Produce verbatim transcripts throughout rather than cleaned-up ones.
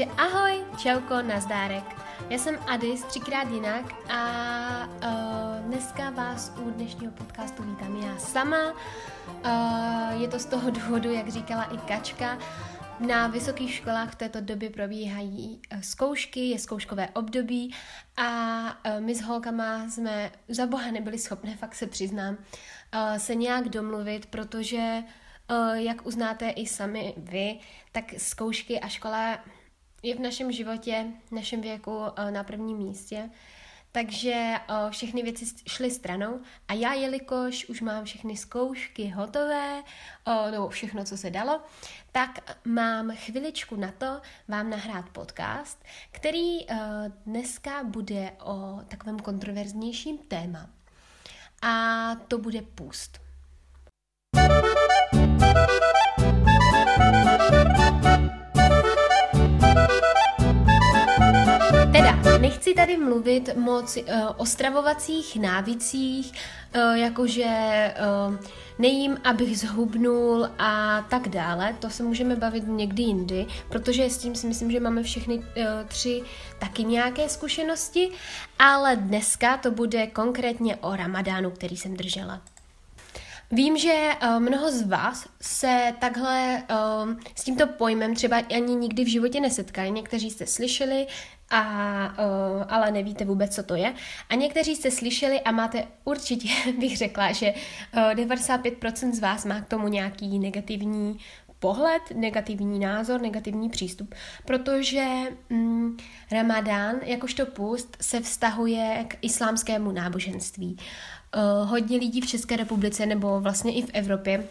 Takže ahoj, čauko, nazdárek. Já jsem Adis, třikrát jinak a uh, dneska vás u dnešního podcastu vítám já sama. Uh, je to z toho důvodu, jak říkala i Kačka, na vysokých školách v této době probíhají zkoušky, je zkouškové období a uh, my s holkama jsme za boha nebyli schopné, fakt se přiznám, uh, se nějak domluvit, protože uh, jak uznáte i sami vy, tak zkoušky a škola je v našem životě, v našem věku na prvním místě, takže všechny věci šly stranou a já, jelikož už mám všechny zkoušky hotové, nebo všechno, co se dalo, tak mám chviličku na to vám nahrát podcast, který dneska bude o takovém kontroverznějším téma. A to bude půst. Nechci tady mluvit moc uh, o stravovacích návycích, uh, jakože uh, nejím, abych zhubnul a tak dále. To se můžeme bavit někdy jindy, protože s tím si myslím, že máme všechny uh, tři taky nějaké zkušenosti, ale dneska to bude konkrétně o ramadánu, který jsem držela. Vím, že uh, mnoho z vás se takhle uh, s tímto pojmem třeba ani nikdy v životě nesetkali. Někteří jste slyšeli, a, uh, ale nevíte vůbec, co to je. A někteří jste slyšeli a máte určitě, bych řekla, že uh, devadesát pět procent z vás má k tomu nějaký negativní pohled, negativní názor, negativní přístup, protože mm, Ramadán, jakožto půst, se vztahuje k islámskému náboženství. Uh, hodně lidí v České republice nebo vlastně i v Evropě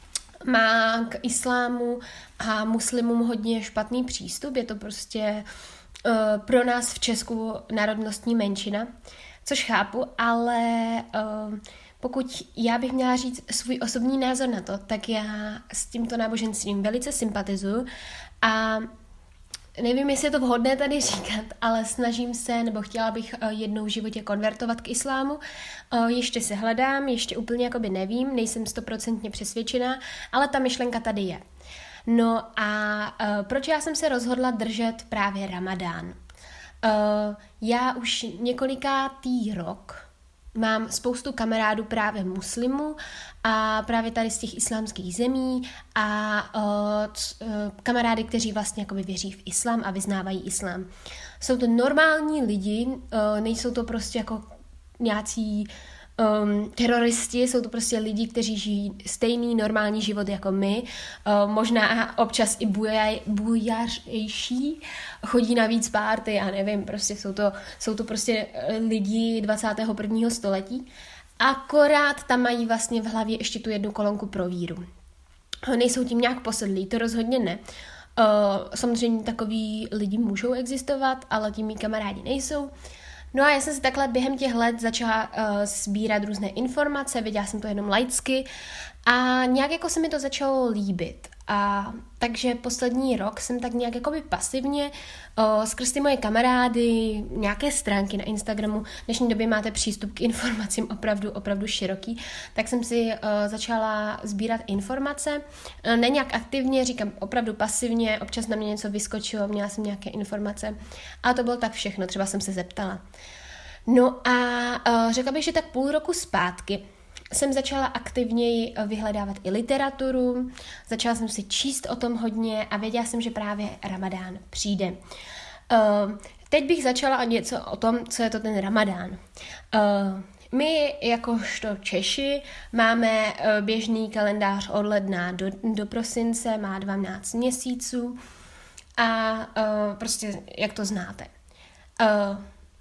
má k islámu a muslimům hodně špatný přístup. Je to prostě uh, pro nás v Česku národnostní menšina, což chápu, ale uh, pokud já bych měla říct svůj osobní názor na to, tak já s tímto náboženstvím velice sympatizuju a nevím, jestli je to vhodné tady říkat, ale snažím se, nebo chtěla bych jednou v životě konvertovat k islámu. Ještě se hledám, ještě úplně jakoby nevím, nejsem stoprocentně přesvědčená, ale ta myšlenka tady je. No a proč já jsem se rozhodla držet právě Ramadán? Já už několikátý rok mám spoustu kamarádů právě muslimů a právě tady z těch islámských zemí a uh, c, uh, kamarády, kteří vlastně jakoby věří v islám a vyznávají islám. Jsou to normální lidi, uh, nejsou to prostě jako nějací um, teroristi, jsou to prostě lidi, kteří žijí stejný normální život jako my, uh, možná občas i bujaj, bujařejší, chodí na víc párty, já nevím, prostě jsou to, jsou to prostě lidi dvacátého prvního století, akorát tam mají vlastně v hlavě ještě tu jednu kolonku pro víru. Nejsou tím nějak posedlí, to rozhodně ne. Uh, samozřejmě takový lidi můžou existovat, ale tím mý kamarádi nejsou. No a já jsem si takhle během těch let začala uh, sbírat různé informace, viděla jsem to jenom laicky a nějak jako se mi to začalo líbit. A takže poslední rok jsem tak nějak jakoby pasivně uh, skrz ty moje kamarády, nějaké stránky na Instagramu, v dnešní době máte přístup k informacím opravdu, opravdu široký, tak jsem si uh, začala sbírat informace, uh, ne nějak aktivně, říkám opravdu pasivně, občas na mě něco vyskočilo, měla jsem nějaké informace a to bylo tak všechno, třeba jsem se zeptala. No a uh, řekla bych, že tak půl roku zpátky jsem začala aktivněji vyhledávat i literaturu, začala jsem si číst o tom hodně a věděla jsem, že právě Ramadán přijde. Uh, teď bych začala něco o tom, co je to ten Ramadán. Uh, my, jakožto Češi, máme uh, běžný kalendář od ledna do, do prosince, má dvanáct měsíců a uh, prostě, jak to znáte. Uh,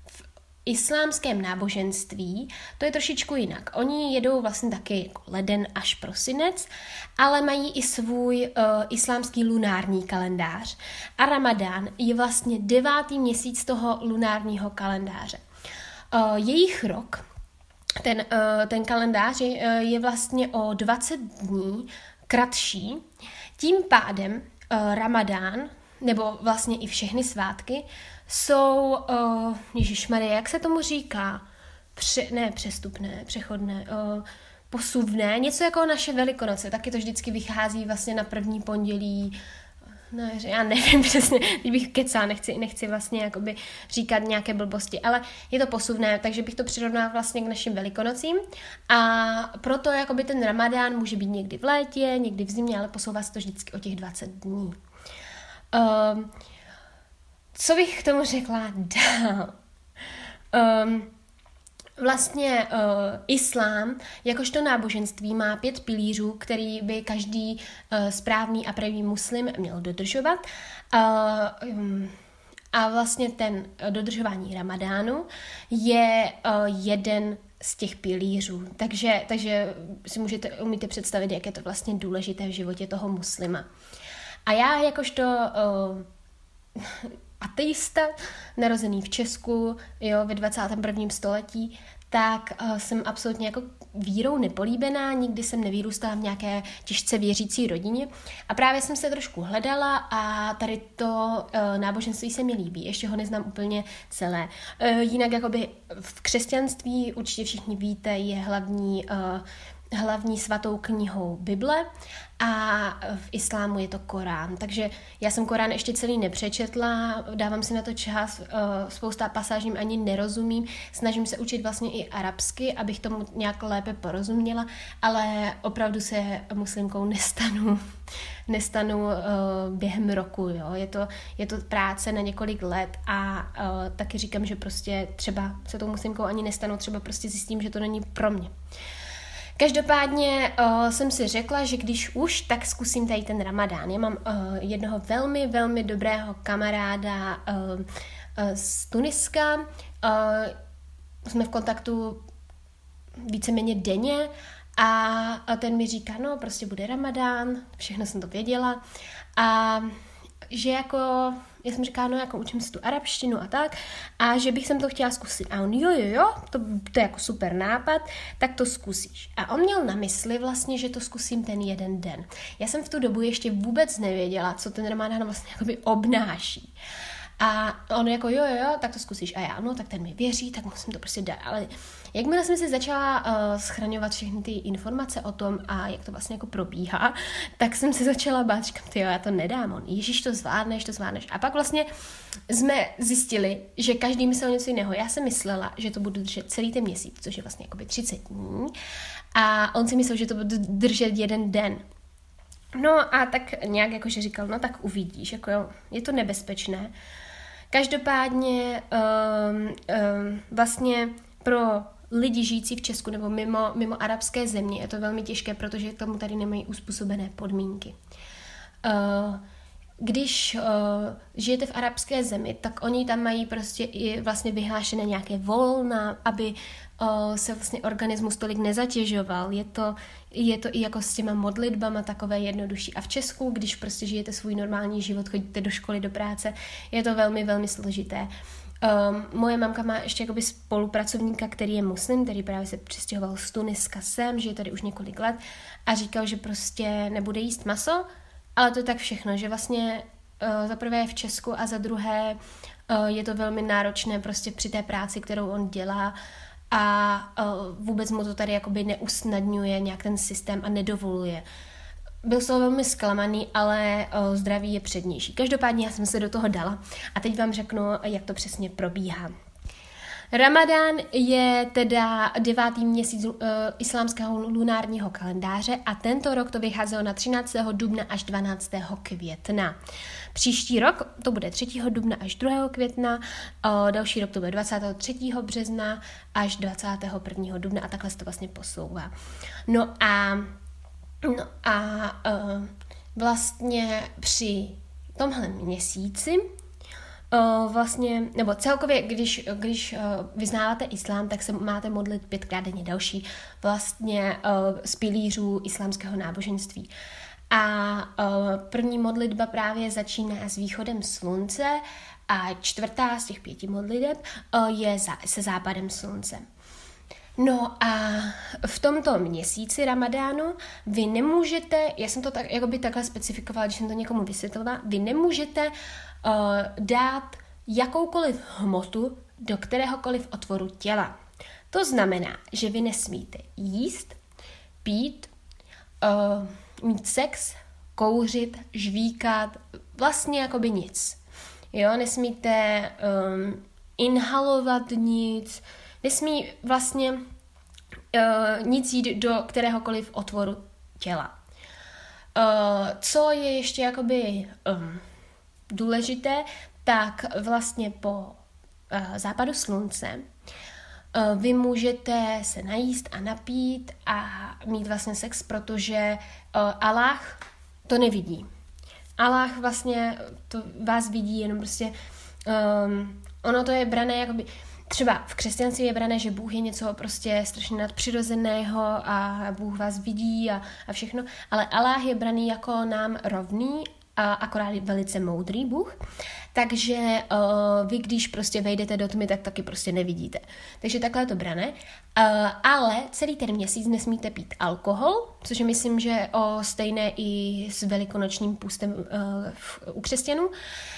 islámském náboženství to je trošičku jinak. Oni jedou vlastně taky jako leden až prosinec, ale mají i svůj uh, islámský lunární kalendář. A Ramadán je vlastně devátý měsíc toho lunárního kalendáře. Uh, jejich rok, ten, uh, ten kalendář je, uh, je vlastně o dvacet dní kratší. Tím pádem uh, Ramadán, nebo vlastně i všechny svátky, jsou, uh, ježišmarja, jak se tomu říká? Pře, ne přestupné, přechodné, uh, posuvné, něco jako naše Velikonoce, taky to vždycky vychází vlastně na první pondělí No, já nevím přesně, teď bych kecala, nechci, nechci vlastně jakoby říkat nějaké blbosti, ale je to posuvné, takže bych to přirovnala vlastně k našim velikonocím a proto jakoby ten ramadán může být někdy v létě, někdy v zimě, ale posouvá se to vždycky o těch dvacet dní. Um, co bych k tomu řekla dál? Um, Vlastně uh, islám, jakožto náboženství, má pět pilířů, který by každý uh, správný a pravý muslim měl dodržovat. Uh, um, a vlastně ten uh, dodržování ramadánu je uh, jeden z těch pilířů. Takže, takže si můžete, umíte představit, jak je to vlastně důležité v životě toho muslima. A já jakožto uh, ateista, narozený v Česku, jo, ve dvacátém prvním století, tak uh, jsem absolutně jako vírou nepolíbená, nikdy jsem nevyrůstala v nějaké těžce věřící rodině a právě jsem se trošku hledala a tady to uh, náboženství se mi líbí, ještě ho neznám úplně celé. Uh, jinak jakoby v křesťanství, určitě všichni víte, je hlavní uh, hlavní svatou knihou Bible a v islámu je to Korán. Takže já jsem Korán ještě celý nepřečetla, dávám si na to čas, spousta pasážím ani nerozumím, snažím se učit vlastně i arabsky, abych tomu nějak lépe porozuměla, ale opravdu se muslimkou nestanu, nestanu během roku. Jo. Je to, je to práce na několik let a taky říkám, že prostě třeba se tou muslimkou ani nestanu, třeba prostě zjistím, že to není pro mě. Každopádně uh, jsem si řekla, že když už, tak zkusím tady ten ramadán. Já mám uh, jednoho velmi, velmi dobrého kamaráda uh, uh, z Tuniska. Uh, jsme v kontaktu víceméně denně a, a ten mi říká, no prostě bude ramadán, všechno jsem to věděla a že jako, já jsem říkala, no jako učím si tu arabštinu a tak, a že bych jsem to chtěla zkusit. A on, jo, jo, jo, to, to je jako super nápad, tak to zkusíš. A on měl na mysli vlastně, že to zkusím ten jeden den. Já jsem v tu dobu ještě vůbec nevěděla, co ten ramadán vlastně jakoby obnáší. A on jako, jo, jo, jo, tak to zkusíš. A já, no, tak ten mi věří, tak musím to prostě dát. Ale jakmile jsem si začala uh, schraňovat všechny ty informace o tom a jak to vlastně jako probíhá, tak jsem se začala bát, říkám, ty jo, já to nedám. On, ježiš, to zvládneš, to zvládneš. A pak vlastně jsme zjistili, že každý myslel něco jiného. Já jsem myslela, že to budu držet celý ten měsíc, což je vlastně jakoby třicet dní. A on si myslel, že to budu držet jeden den. No a tak nějak jakože říkal, no tak uvidíš, jako jo, je to nebezpečné. Každopádně um, um, vlastně pro lidi žijící v Česku nebo mimo, mimo arabské země je to velmi těžké, protože k tomu tady nemají uspůsobené podmínky. Uh, když uh, žijete v arabské zemi, tak oni tam mají prostě i vlastně vyhlášené nějaké volna, aby uh, se vlastně organismus tolik nezatěžoval. Je to, je to i jako s těma modlitbama takové jednodušší. A v Česku, když prostě žijete svůj normální život, chodíte do školy, do práce, je to velmi, velmi složité. Um, moje mamka má ještě jakoby spolupracovníka, který je muslim, který právě se přistěhoval z Tuniska sem, žije tady už několik let a říkal, že prostě nebude jíst maso, ale to je tak všechno, že vlastně uh, za prvé je v Česku a za druhé uh, je to velmi náročné prostě při té práci, kterou on dělá a uh, vůbec mu to tady jakoby neusnadňuje nějak ten systém a nedovoluje. Byl z toho velmi zklamaný, ale uh, zdraví je přednější. Každopádně já jsem se do toho dala a teď vám řeknu, jak to přesně probíhá. Ramadán je teda devátý měsíc uh, islámského lunárního kalendáře a tento rok to vycházelo na třináctého dubna až dvanáctého května. Příští rok to bude třetího dubna až druhého května, uh, další rok to bude dvacátého třetího března až dvacátého prvního dubna a takhle se to vlastně posouvá. No a, no a uh, vlastně při tomhle měsíci Uh, vlastně, nebo celkově, když, když uh, vyznáváte islám, tak se máte modlit pětkrát denně, další vlastně uh, z pilířů islámského náboženství. A uh, první modlitba právě začíná s východem slunce a čtvrtá z těch pěti modliteb uh, je za, se západem slunce. No a v tomto měsíci Ramadánu vy nemůžete, já jsem to tak, jakoby takhle specifikovala, když jsem to někomu vysvětlila, vy nemůžete uh, dát jakoukoliv hmotu do kteréhokoliv otvoru těla. To znamená, že vy nesmíte jíst, pít, uh, mít sex, kouřit, žvíkat, vlastně jakoby nic. Jo, nesmíte um, inhalovat nic, nesmí vlastně uh, nic jít do kteréhokoliv otvoru těla. Uh, co je ještě jakoby um, důležité, tak vlastně po uh, západu slunce uh, vy můžete se najíst a napít a mít vlastně sex, protože uh, Allah to nevidí. Allah vlastně to vás vidí jenom prostě, um, ono to je brané jakoby, třeba v křesťanství je brané, že Bůh je něco prostě strašně nadpřirozeného a Bůh vás vidí a, a všechno, ale Allah je braný jako nám rovný a akorát je velice moudrý Bůh, takže uh, vy, když prostě vejdete do tmy, tak taky prostě nevidíte. Takže takhle je to brané, uh, ale celý ten měsíc nesmíte pít alkohol, což je myslím, že o stejné i s velikonočním půstem uh, v, u křesťanů,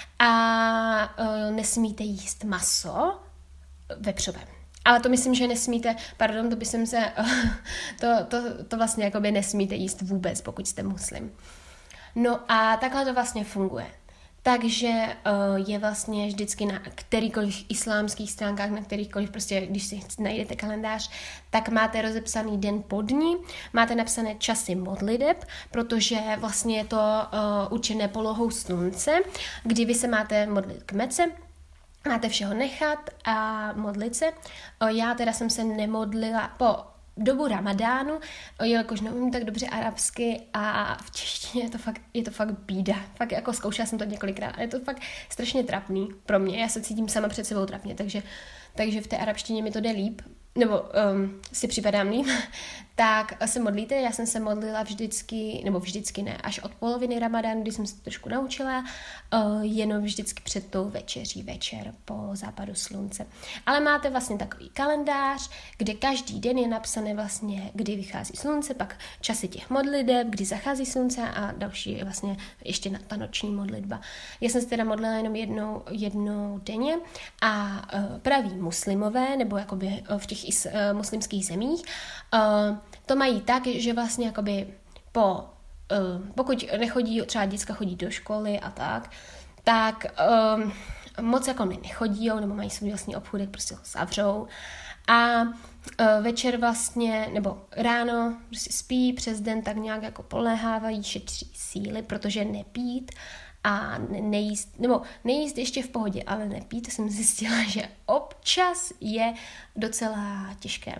a uh, nesmíte jíst maso vepřové. Ale to myslím, že nesmíte, pardon, to by jsem se, to, to, to vlastně jakoby nesmíte jíst vůbec, pokud jste muslim. No a takhle to vlastně funguje. Takže uh, je vlastně vždycky na kterýkoliv islámských stránkách, na kterýchkoliv prostě, když si najdete kalendář, tak máte rozepsaný den po dní, máte napsané časy modliteb, protože vlastně je to uh, určené polohou slunce, kdy vy se máte modlit k Mece, máte všeho nechat a modlit se. Já teda jsem se nemodlila po dobu Ramadánu, jelikož neumím tak dobře arabsky a v češtině je to fakt, je to fakt bída. Fakt jako zkoušela jsem to několikrát a je to fakt strašně trapný pro mě. Já se cítím sama před sebou trapně, takže, takže v té arabštině mi to jde líp, nebo um, si připadám líp, tak se modlíte. Já jsem se modlila vždycky, nebo vždycky ne, až od poloviny Ramadánu, kdy jsem se to trošku naučila, uh, jenom vždycky před tou večeří, večer po západu slunce. Ale máte vlastně takový kalendář, kde každý den je napsané vlastně, kdy vychází slunce, pak časy těch modliteb, kdy zachází slunce a další je vlastně ještě ta noční modlitba. Já jsem se teda modlila jenom jednou, jednou denně a uh, praví muslimové, nebo jakoby v těch is, uh, muslimských zemích, uh, to mají tak, že vlastně jakoby po, uh, pokud nechodí, třeba děcka chodí do školy a tak, tak um, moc jako nechodí, nebo mají svůj vlastní obchůdek, prostě ho zavřou a uh, večer vlastně, nebo ráno prostě spí, přes den tak nějak jako polehávají, šetří síly, protože nepít a nejíst, nebo nejíst ještě v pohodě, ale nepít, to jsem zjistila, že občas je docela těžké.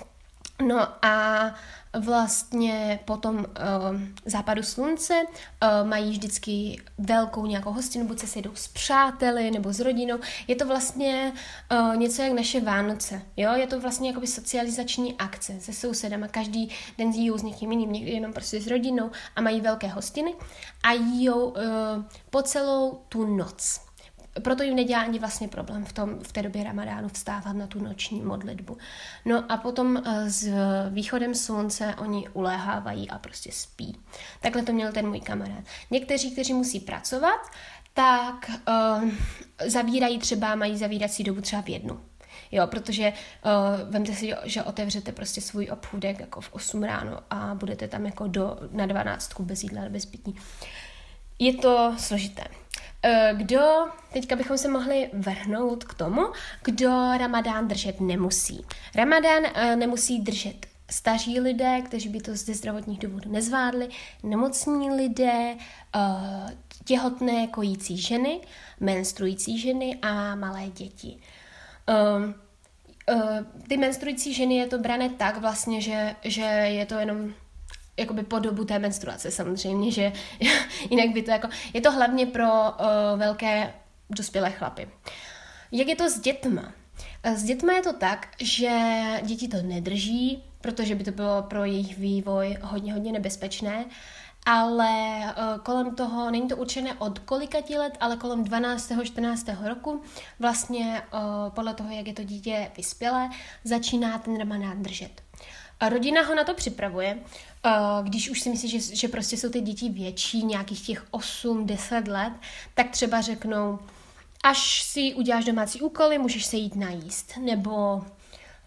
No a vlastně po tom uh, západu slunce uh, mají vždycky velkou nějakou hostinu, buď se sejdou s přáteli nebo s rodinou. Je to vlastně uh, něco jak naše Vánoce, jo? Je to vlastně jakoby socializační akce se sousedama. Každý den jíjou s někým jiným, někdy jenom prostě s rodinou a mají velké hostiny a jíjou uh, po celou tu noc. Proto jim nedělá ani vlastně problém v, tom, v té době Ramadánu vstávat na tu noční modlitbu. No a potom s východem slunce oni uléhávají a prostě spí. Takhle to měl ten můj kamarád. Někteří, kteří musí pracovat, tak uh, zavírají třeba, mají zavírací dobu třeba v jednu. Jo, protože uh, vemte si, že otevřete prostě svůj obchůdek jako v osm ráno a budete tam jako do, na dvanáctku bez jídla, bez pití. Je to složité. Kdo, teďka bychom se mohli vrhnout k tomu, kdo Ramadán držet nemusí. Ramadán nemusí držet staří lidé, kteří by to ze zdravotních důvodů nezvládli, nemocní lidé, těhotné kojící ženy, menstruující ženy a malé děti. Ty menstruující ženy je to brané tak vlastně, že, že je to jenom jakoby po dobu té menstruace samozřejmě, že jinak by to jako, je to hlavně pro uh, velké dospělé chlapy. Jak je to s dětma? S dětma je to tak, že děti to nedrží, protože by to bylo pro jejich vývoj hodně, hodně nebezpečné, ale uh, kolem toho, není to určené od kolikati let, ale kolem dvanáctého čtrnáctého roku, vlastně uh, podle toho, jak je to dítě vyspělé, začíná ten Ramadán držet. A rodina ho na to připravuje, když už si myslí, že, že prostě jsou ty děti větší, nějakých těch osm deset let, tak třeba řeknou, až si uděláš domácí úkoly, můžeš se jít najíst, nebo,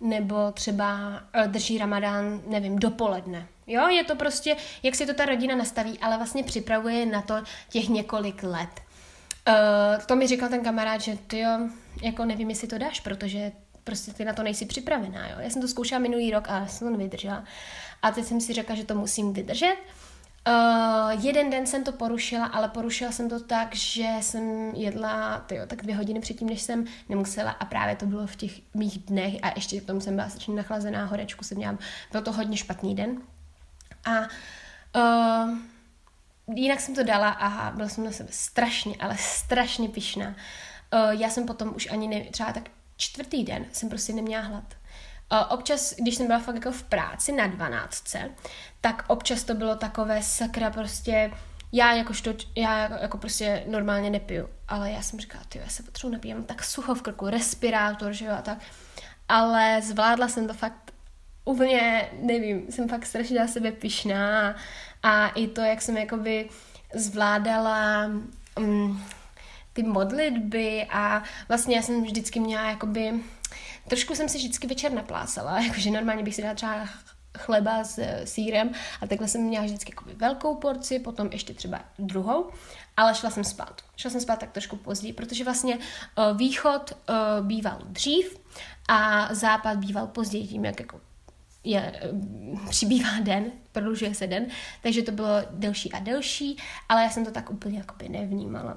nebo třeba uh, drží ramadán, nevím, dopoledne. Jo, je to prostě, jak si to ta rodina nastaví, ale vlastně připravuje na to těch několik let. Uh, to mi říkal ten kamarád, že ty jo, jako nevím, jestli to dáš, protože prostě ty na to nejsi připravená, jo. Já jsem to zkoušela minulý rok a jsem to nevydržela. A teď jsem si řekla, že to musím vydržet. Uh, jeden den jsem to porušila, ale porušila jsem to tak, že jsem jedla tyjo, tak dvě hodiny předtím, než jsem nemusela a právě to bylo v těch mých dnech a ještě k tomu jsem byla strašně nachlazená, horečku jsem měla, byl to hodně špatný den. A uh, jinak jsem to dala a byla jsem na sebe strašně, ale strašně pyšná. Uh, já jsem potom už ani ne, třeba tak čtvrtý den jsem prostě neměla hlad. Uh, občas, když jsem byla fakt jako v práci na dvanáctce, tak občas to bylo takové sakra prostě, já jakožto, já jako, jako prostě normálně nepiju, ale já jsem říkala, tyjo, já se potřebuji napít, mám tak sucho v krku, respirátor, že jo, a tak. Ale zvládla jsem to fakt úplně, nevím, jsem fakt strašně na sebe pyšná a i to, jak jsem jakoby zvládala um, ty modlitby a vlastně já jsem vždycky měla jakoby, trošku jsem si vždycky večer naplásala, jakože normálně bych si dala třeba chleba s sýrem a takhle jsem měla vždycky jakoby velkou porci, potom ještě třeba druhou, ale šla jsem spát. Šla jsem spát tak trošku později, protože vlastně uh, východ uh, býval dřív a západ býval později tím, jak jako je, přibývá den, prodlužuje se den, takže to bylo delší a delší, ale já jsem to tak úplně jakoby nevnímala.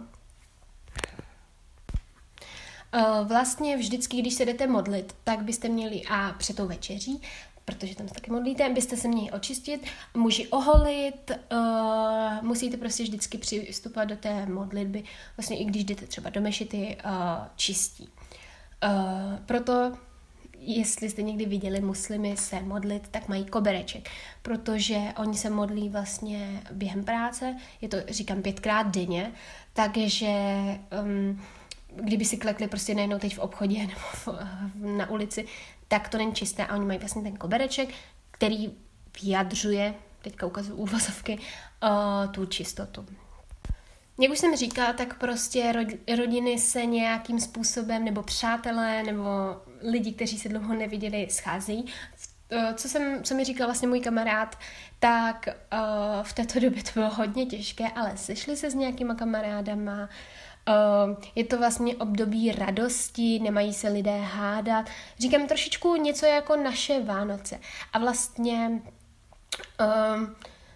Vlastně vždycky, když se jdete modlit, tak byste měli a před tou večeří, protože tam se taky modlíte, byste se měli očistit, muži oholit, uh, musíte prostě vždycky přistupovat do té modlitby, vlastně i když jdete třeba do mešity, uh, čistí. Uh, proto jestli jste někdy viděli muslimy se modlit, tak mají kobereček, protože oni se modlí vlastně během práce, je to, říkám, pětkrát denně, takže um, kdyby si klekli prostě najednou teď v obchodě nebo v, na ulici, tak to není čisté a oni mají vlastně ten kobereček, který vyjadřuje, teďka ukazuju úvozovky, uh, tu čistotu. Jak už jsem říkala, tak prostě rodiny se nějakým způsobem, nebo přátelé, nebo lidi, kteří se dlouho neviděli, scházejí. Co, jsem, co mi říkal vlastně můj kamarád, tak uh, v této době to bylo hodně těžké, ale sešli se s nějakýma kamarádama, uh, je to vlastně období radosti, nemají se lidé hádat. Říkám trošičku něco jako naše Vánoce. A vlastně uh,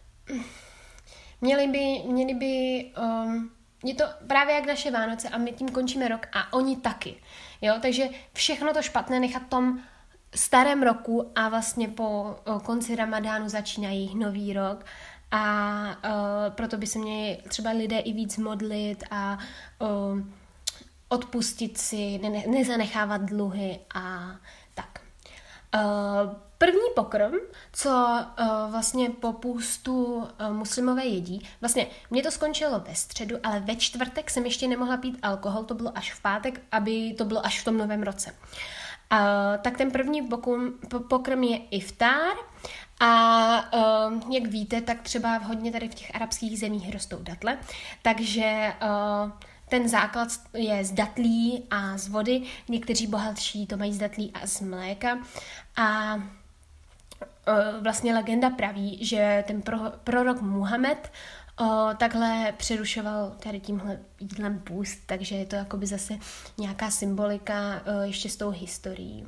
měli by, měli by um, je to právě jak naše Vánoce a my tím končíme rok a oni taky. Jo? Takže všechno to špatné nechat tom starém roku a vlastně po o, konci Ramadánu začíná jejich nový rok a o, proto by se měli třeba lidé i víc modlit a o, odpustit si, ne, nezanechávat dluhy a tak. O, První pokrm, co uh, vlastně po půstu uh, muslimové jedí, vlastně mě to skončilo ve středu, ale ve čtvrtek jsem ještě nemohla pít alkohol, to bylo až v pátek, aby to bylo až v tom novém roce. Uh, tak ten první pokrm, pokrm je iftár a uh, jak víte, tak třeba hodně tady v těch arabských zemích rostou datle, takže uh, ten základ je z datlí a z vody, někteří bohatší to mají z datlí a z mléka a vlastně legenda praví, že ten pro, prorok Muhammad o, takhle přerušoval tady tímhle jídlem půst, takže je to jakoby zase nějaká symbolika o, ještě s tou historií.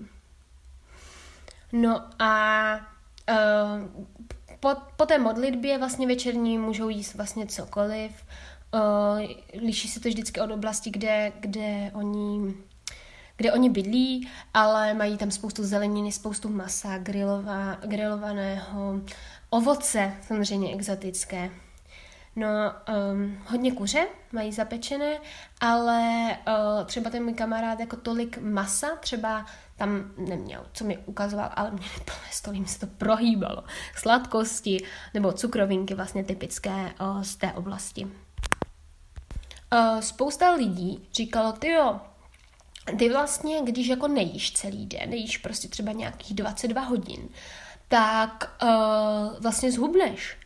No a o, po, po té modlitbě vlastně večerní můžou jíst vlastně cokoliv. O, liší se to vždycky od oblasti, kde, kde oni... kde oni bydlí, ale mají tam spoustu zeleniny, spoustu masa, grilova, grilovaného, ovoce, samozřejmě exotické. No, um, hodně kuře mají zapečené, ale uh, třeba ten můj kamarád jako tolik masa třeba tam neměl, co mi ukazoval, ale mě plné stolí, mi se to prohýbalo. Sladkosti nebo cukrovinky vlastně typické uh, z té oblasti. Uh, spousta lidí říkalo, tyjo, ty vlastně, když jako nejíš celý den, nejíš prostě třeba nějakých dvacet dva hodin, tak uh, vlastně zhubneš.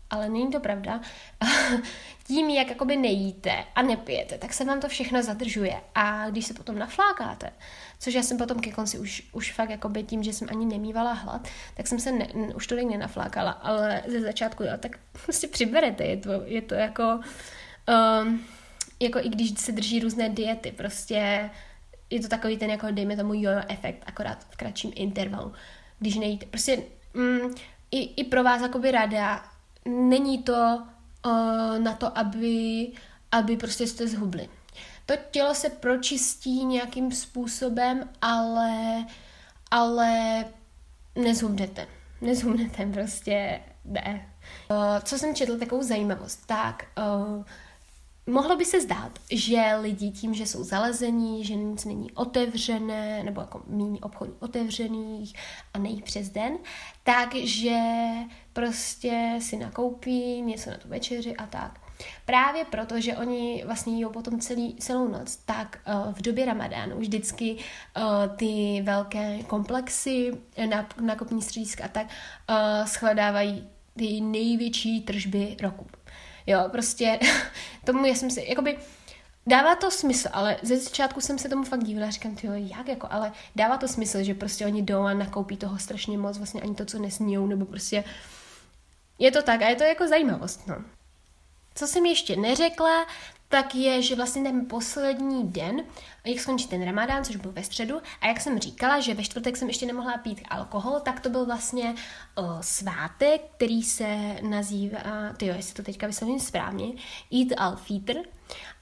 ale není to pravda. Tím, jak jakoby nejíte a nepijete, tak se vám to všechno zadržuje. A když se potom naflákáte, což já jsem potom ke konci už, už fakt jakoby tím, že jsem ani nemývala hlad, tak jsem se ne, už tolik nenaflákala, ale ze začátku jo, tak prostě přiberete, je to, je to jako, um, jako i když se drží různé diety, prostě je to takový ten, jako dejme tomu jojo efekt, akorát v kratším intervalu, když nejíte. Prostě mm, i, i pro vás jakoby rada, není to uh, na to, aby, aby prostě jste zhubli. To tělo se pročistí nějakým způsobem, ale, ale nezhubnete. Nezhubnete prostě, ne. Uh, co jsem četla, takovou zajímavost, tak uh, mohlo by se zdát, že lidi tím, že jsou zalezení, že nic není otevřené, nebo jako méně obchodů otevřených a nejí přes den, takže prostě si nakoupí něco na tu večeři a tak. Právě proto, že oni vlastně jíjou potom celý, celou noc, tak uh, v době Ramadánu vždycky uh, ty velké komplexy, nákupní střediska a tak uh, shledávají ty největší tržby roku. Jo, prostě tomu já jsem si, jakoby, dává to smysl, ale ze začátku jsem se tomu fakt dívala a říkám, tyjo, jak jako, ale dává to smysl, že prostě oni jdou a nakoupí toho strašně moc, vlastně ani to, co nesmíjou, nebo prostě je to tak a je to jako zajímavost, no. Co jsem ještě neřekla, tak je, že vlastně ten poslední den, jak skončí ten Ramadán, což byl ve středu, a jak jsem říkala, že ve čtvrtek jsem ještě nemohla pít alkohol, tak to byl vlastně o, svátek, který se nazývá, tyjo, jestli to teďka vyslovím správně, Eid al-Fitr, o,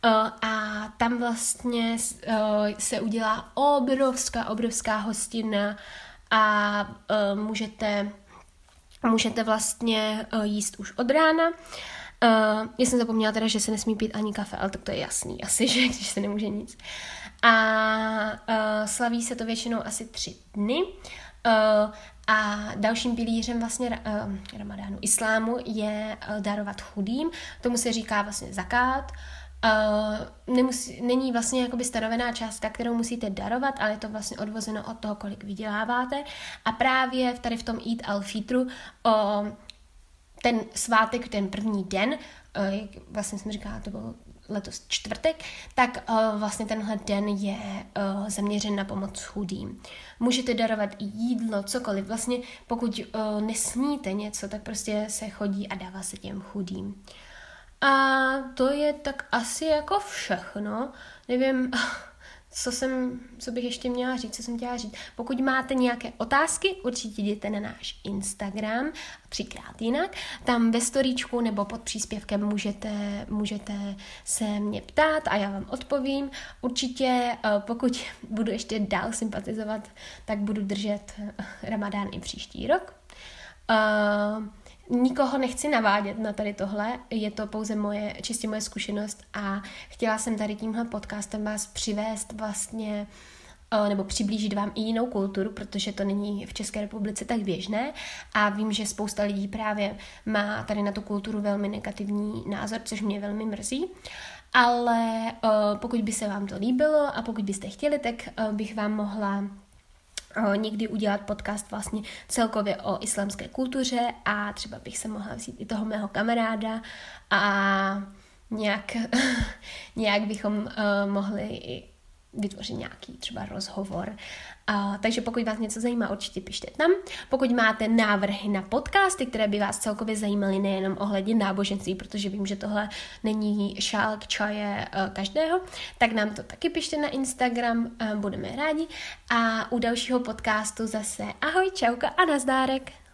a tam vlastně o, se udělá obrovská, obrovská hostina a o, můžete, můžete vlastně o, jíst už od rána. Uh, já jsem zapomněla teda, že se nesmí pít ani kafe, ale tak to je jasný asi, že když se nemůže nic. A uh, slaví se to většinou asi tři dny. Uh, a dalším pilířem vlastně uh, Ramadánu, islámu je uh, darovat chudým. Tomu se říká vlastně zakát. Uh, nemusí, není vlastně jakoby stanovená částka, kterou musíte darovat, ale je to vlastně odvozeno od toho, kolik vyděláváte. A právě tady v tom Eid al-Fitru uh, ten svátek, ten první den, jak vlastně jsem říkala, to byl letos čtvrtek, tak vlastně tenhle den je zaměřen na pomoc chudým. Můžete darovat i jídlo, cokoliv. Vlastně pokud nesníte něco, tak prostě se chodí a dává se těm chudým. A to je tak asi jako všechno. Nevím, co jsem, co bych ještě měla říct, co jsem chtěla říct. Pokud máte nějaké otázky, určitě jděte na náš Instagram, třikrát jinak. Tam ve storíčku nebo pod příspěvkem můžete, můžete se mě ptát a já vám odpovím. Určitě, pokud budu ještě dál sympatizovat, tak budu držet Ramadán i příští rok. Uh, Nikoho nechci navádět na tady tohle, je to pouze moje, čistě moje zkušenost a chtěla jsem tady tímhle podcastem vás přivést vlastně, nebo přiblížit vám i jinou kulturu, protože to není v České republice tak běžné a vím, že spousta lidí právě má tady na tu kulturu velmi negativní názor, což mě velmi mrzí. Ale pokud by se vám to líbilo a pokud byste chtěli, tak bych vám mohla někdy udělat podcast vlastně celkově o islámské kultuře a třeba bych se mohla vzít i toho mého kamaráda a nějak, nějak bychom uh, mohli vytvořit nějaký třeba rozhovor. Uh, takže pokud vás něco zajímá, určitě pište tam. Pokud máte návrhy na podcasty, které by vás celkově zajímaly nejenom ohledně náboženství, protože vím, že tohle není šálek čaje uh, každého, tak nám to taky pište na Instagram, uh, budeme rádi. A u dalšího podcastu zase ahoj, čauka a nazdárek.